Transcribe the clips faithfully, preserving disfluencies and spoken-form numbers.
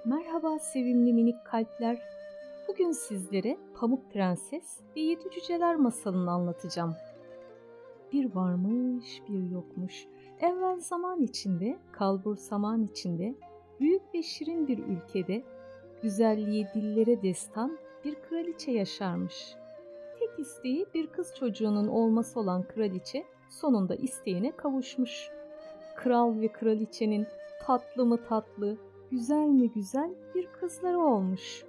Merhaba sevimli minik kalpler. Bugün sizlere Pamuk Prenses ve Yedi Cüceler masalını anlatacağım. Bir varmış, bir yokmuş. Evvel zaman içinde, kalbur saman içinde, büyük ve şirin bir ülkede, güzelliği dillere destan bir kraliçe yaşarmış. Tek isteği bir kız çocuğunun olması olan kraliçe sonunda isteğine kavuşmuş. Kral ve kraliçenin tatlı mı tatlı, güzel mi güzel bir kızları olmuş.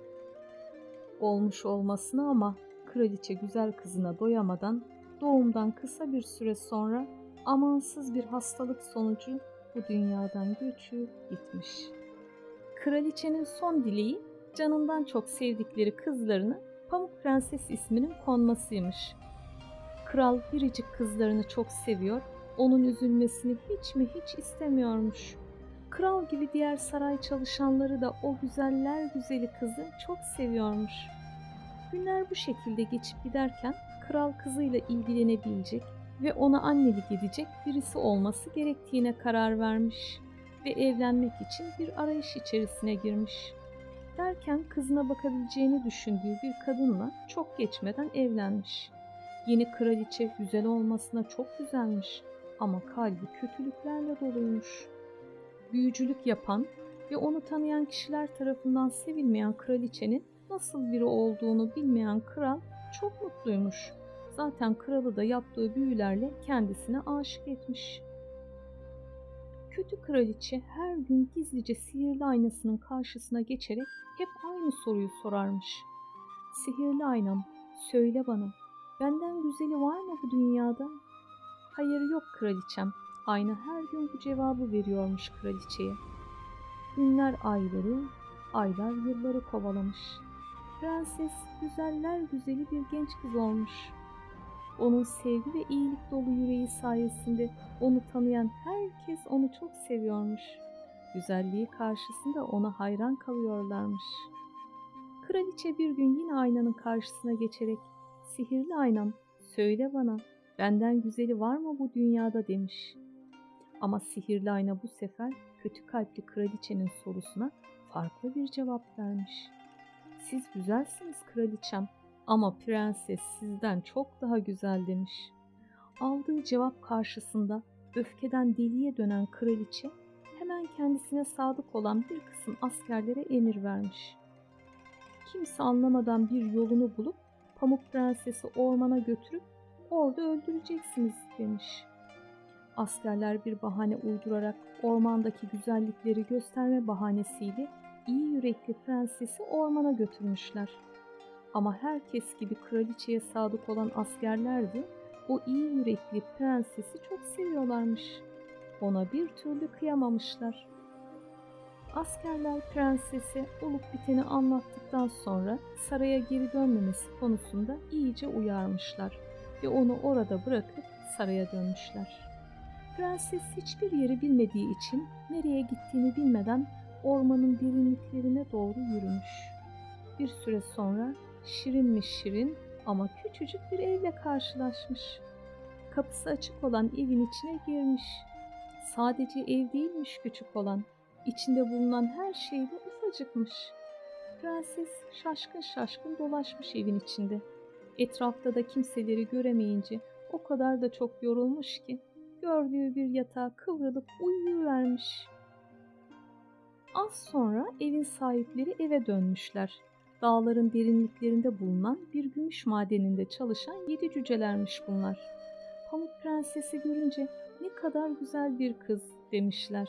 Olmuş olmasına ama kraliçe güzel kızına doyamadan doğumdan kısa bir süre sonra amansız bir hastalık sonucu bu dünyadan göçüp gitmiş. Kraliçenin son dileği canından çok sevdikleri kızlarına Pamuk Prenses isminin konmasıymış. Kral biricik kızlarını çok seviyor, onun üzülmesini hiç mi hiç istemiyormuş. Kral gibi diğer saray çalışanları da o güzeller güzeli kızı çok seviyormuş. Günler bu şekilde geçip giderken kral kızıyla ilgilenebilecek ve ona annelik edecek birisi olması gerektiğine karar vermiş ve evlenmek için bir arayış içerisine girmiş. Derken kızına bakabileceğini düşündüğü bir kadınla çok geçmeden evlenmiş. Yeni kraliçe güzel olmasına çok güzelmiş ama kalbi kötülüklerle doluymuş. Büyücülük yapan ve onu tanıyan kişiler tarafından sevilmeyen kraliçenin nasıl biri olduğunu bilmeyen kral çok mutluymuş. Zaten kralı da yaptığı büyülerle kendisine aşık etmiş. Kötü kraliçe her gün gizlice sihirli aynasının karşısına geçerek hep aynı soruyu sorarmış. Sihirli aynam, söyle bana, benden güzeli var mı bu dünyada? Hayır yok kraliçem. Ayna her gün bu cevabı veriyormuş kraliçeye. Günler ayları, aylar yılları kovalamış. Prenses güzeller güzeli bir genç kız olmuş. Onun sevgi ve iyilik dolu yüreği sayesinde onu tanıyan herkes onu çok seviyormuş. Güzelliği karşısında ona hayran kalıyorlarmış. Kraliçe bir gün yine aynanın karşısına geçerek, "Sihirli aynam, söyle bana, benden güzeli var mı bu dünyada?" demiş. Ama sihirli ayna bu sefer kötü kalpli kraliçenin sorusuna farklı bir cevap vermiş. "Siz güzelsiniz kraliçem ama prenses sizden çok daha güzel," demiş. Aldığı cevap karşısında öfkeden deliye dönen kraliçe hemen kendisine sadık olan bir kısım askerlere emir vermiş. Kimse anlamadan bir yolunu bulup Pamuk Prenses'i ormana götürüp orada öldüreceksiniz demiş. Askerler bir bahane uydurarak ormandaki güzellikleri gösterme bahanesiyle iyi yürekli prensesi ormana götürmüşler. Ama herkes gibi kraliçeye sadık olan askerler de o iyi yürekli prensesi çok seviyorlarmış. Ona bir türlü kıyamamışlar. Askerler prensese olup biteni anlattıktan sonra saraya geri dönmemesi konusunda iyice uyarmışlar ve onu orada bırakıp saraya dönmüşler. Prenses hiçbir yeri bilmediği için nereye gittiğini bilmeden ormanın derinliklerine doğru yürümüş. Bir süre sonra şirin mi şirin ama küçücük bir evle karşılaşmış. Kapısı açık olan evin içine girmiş. Sadece ev değilmiş küçük olan, içinde bulunan her şey de ufacıkmış. Prenses şaşkın şaşkın dolaşmış evin içinde. Etrafta da kimseleri göremeyince o kadar da çok yorulmuş ki gördüğü bir yatağa kıvrılıp uyuyuvermiş. Az sonra evin sahipleri eve dönmüşler. Dağların derinliklerinde bulunan bir gümüş madeninde çalışan yedi cücelermiş bunlar. Pamuk Prensesi görünce "Ne kadar güzel bir kız," demişler.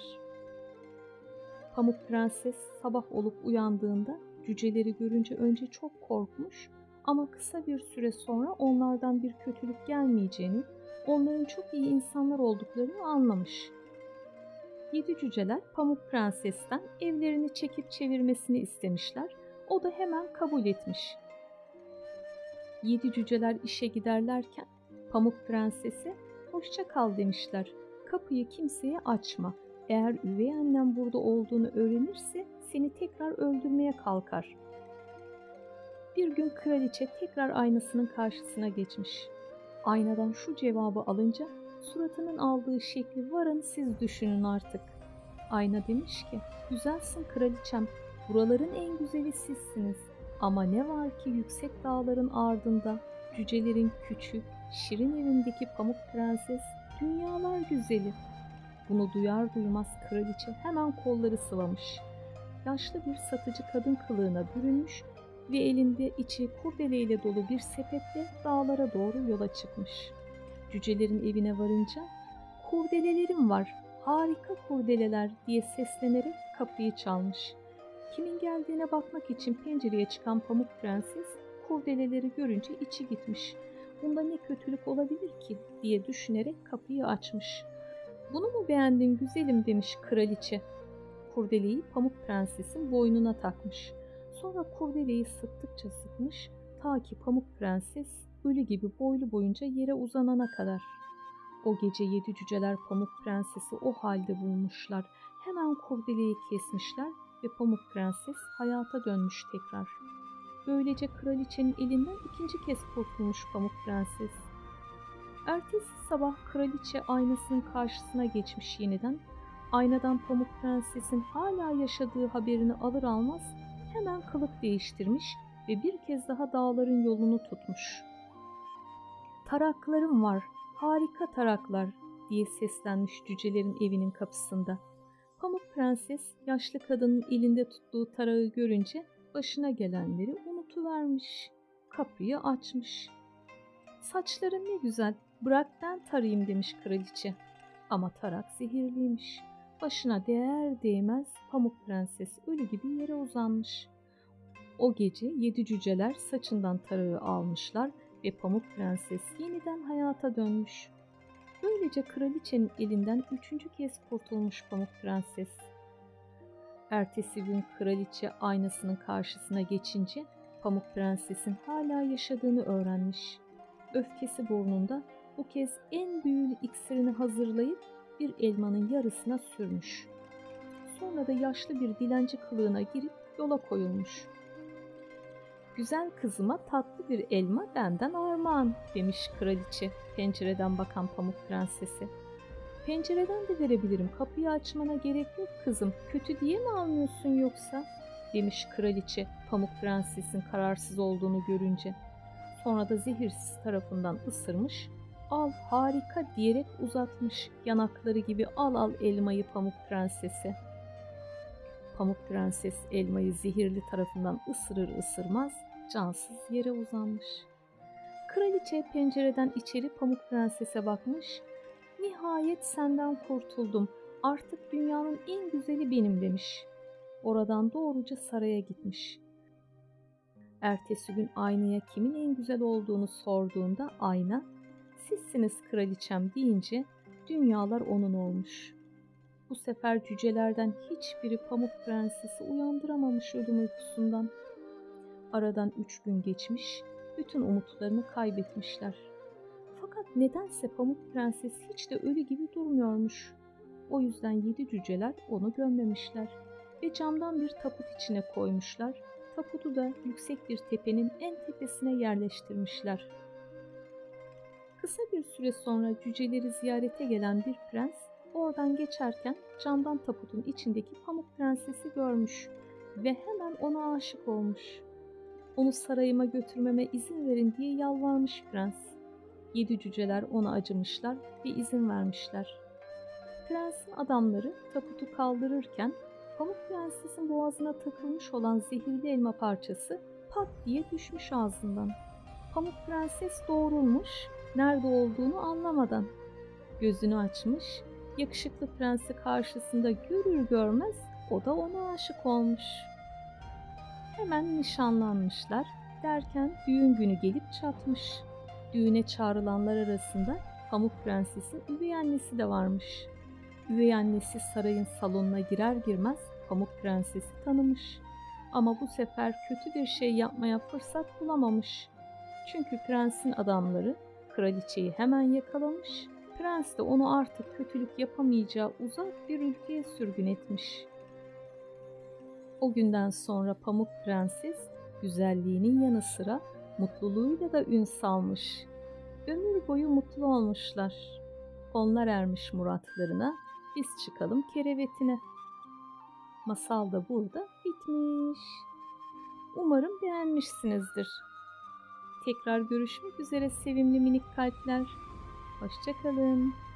Pamuk Prenses sabah olup uyandığında cüceleri görünce önce çok korkmuş ama kısa bir süre sonra onlardan bir kötülük gelmeyeceğini, onların çok iyi insanlar olduklarını anlamış. Yedi cüceler Pamuk Prenses'ten evlerini çekip çevirmesini istemişler. O da hemen kabul etmiş. Yedi cüceler işe giderlerken Pamuk Prenses'e "Hoşça kal," demişler. "Kapıyı kimseye açma. Eğer üvey annem burada olduğunu öğrenirse seni tekrar öldürmeye kalkar." Bir gün kraliçe tekrar aynasının karşısına geçmiş. Aynadan şu cevabı alınca suratının aldığı şekli varın siz düşünün artık. Ayna demiş ki, "Güzelsin kraliçem Buraların en güzeli sizsiniz. Ama ne var ki yüksek dağların ardında cücelerin küçük, şirin evindeki Pamuk Prenses dünyalar güzeli. Bunu duyar duymaz kraliçe hemen kolları sıvamış. Yaşlı bir satıcı kadın kılığına bürünmüş ve elinde içi kurdeleyle dolu bir sepetle dağlara doğru yola çıkmış. Cücelerin evine varınca "Kurdelelerim var, harika kurdeleler" diye seslenerek kapıyı çalmış. Kimin geldiğine bakmak için pencereye çıkan Pamuk Prenses kurdeleleri görünce içi gitmiş. Bunda ne kötülük olabilir ki diye düşünerek kapıyı açmış. "Bunu mu beğendin güzelim?" demiş kraliçe. Kurdeleyi Pamuk Prenses'in boynuna takmış. Sonra kurdeleyi sıktıkça sıkmış ta ki Pamuk Prenses ölü gibi boylu boyunca yere uzanana kadar. O gece yedi cüceler Pamuk Prenses'i o halde bulmuşlar. Hemen kurdeleyi kesmişler ve Pamuk Prenses hayata dönmüş tekrar. Böylece kraliçenin elinden ikinci kez kurtulmuş Pamuk Prenses. Ertesi sabah kraliçe aynasının karşısına geçmiş yeniden. Aynadan Pamuk Prenses'in hala yaşadığı haberini alır almaz hemen kılık değiştirmiş ve bir kez daha dağların yolunu tutmuş. "Taraklarım var, harika taraklar" diye seslenmiş cücelerin evinin kapısında. Pamuk Prenses yaşlı kadının elinde tuttuğu tarağı görünce başına gelenleri unutuvermiş. Kapıyı açmış. "Saçların ne güzel, bırak ben tarayayım" demiş kraliçe. Ama tarak zehirliymiş. Başına değer değmez Pamuk Prenses ölü gibi yere uzanmış. O gece yedi cüceler saçından tarağı almışlar ve Pamuk Prenses yeniden hayata dönmüş. Böylece kraliçenin elinden üçüncü kez kurtulmuş Pamuk Prenses. Ertesi gün kraliçe aynasının karşısına geçince Pamuk Prenses'in hala yaşadığını öğrenmiş. Öfkesi burnunda bu kez en büyülü iksirini hazırlayıp bir elmanın yarısına sürmüş. Sonra da yaşlı bir dilenci kılığına girip yola koyulmuş. "Güzel kızıma tatlı bir elma benden armağan" demiş kraliçe pencereden bakan Pamuk Prenses'e. "Pencereden de verebilirim, kapıyı açmana gerek yok kızım, kötü diye mi almıyorsun yoksa?" demiş kraliçe Pamuk Prenses'in kararsız olduğunu görünce. Sonra da zehirsiz tarafından ısırmış, "Al harika" diyerek uzatmış yanakları gibi al al elmayı Pamuk Prenses'e. Pamuk Prenses elmayı zehirli tarafından ısırır ısırmaz cansız yere uzanmış. Kraliçe pencereden içeri Pamuk Prenses'e bakmış, "Nihayet senden kurtuldum, artık dünyanın en güzeli benim" demiş. Oradan doğruca saraya gitmiş. Ertesi gün aynaya kimin en güzel olduğunu sorduğunda ayna, "Sizsiniz kraliçem" deyince dünyalar onun olmuş. Bu sefer cücelerden hiçbiri Pamuk Prenses'i uyandıramamış ölüm uykusundan. Aradan üç gün geçmiş, bütün umutlarını kaybetmişler. Fakat nedense Pamuk Prenses hiç de ölü gibi durmuyormuş. O yüzden yedi cüceler onu gömmemişler ve camdan bir taput içine koymuşlar. Taputu da yüksek bir tepenin en tepesine yerleştirmişler. Kısa bir süre sonra cüceleri ziyarete gelen bir prens oradan geçerken camdan taputun içindeki Pamuk Prenses'i görmüş ve hemen ona aşık olmuş. Onu sarayıma götürmeme izin verin diye yalvarmış prens. Yedi cüceler ona acımışlar ve izin vermişler. Prensin adamları taputu kaldırırken Pamuk Prenses'in boğazına takılmış olan zehirli elma parçası pat diye düşmüş ağzından. Pamuk Prenses doğrulmuş, nerede olduğunu anlamadan. Gözünü açmış, yakışıklı prensi karşısında görür görmez o da ona aşık olmuş. Hemen nişanlanmışlar derken düğün günü gelip çatmış. Düğüne çağrılanlar arasında Pamuk Prenses'in üvey annesi de varmış. Üvey annesi sarayın salonuna girer girmez Pamuk Prenses'i tanımış. Ama bu sefer kötü bir şey yapmaya fırsat bulamamış. Çünkü prensin adamları kraliçeyi hemen yakalamış. Prens de onu artık kötülük yapamayacağı uzak bir ülkeye sürgün etmiş. O günden sonra Pamuk Prenses güzelliğinin yanı sıra mutluluğuyla da ün salmış. Ömür boyu mutlu olmuşlar. Onlar ermiş muratlarına, biz çıkalım kerevetine. Masal da burada bitmiş. Umarım beğenmişsinizdir. Tekrar görüşmek üzere sevimli minik kalpler. Hoşça kalın.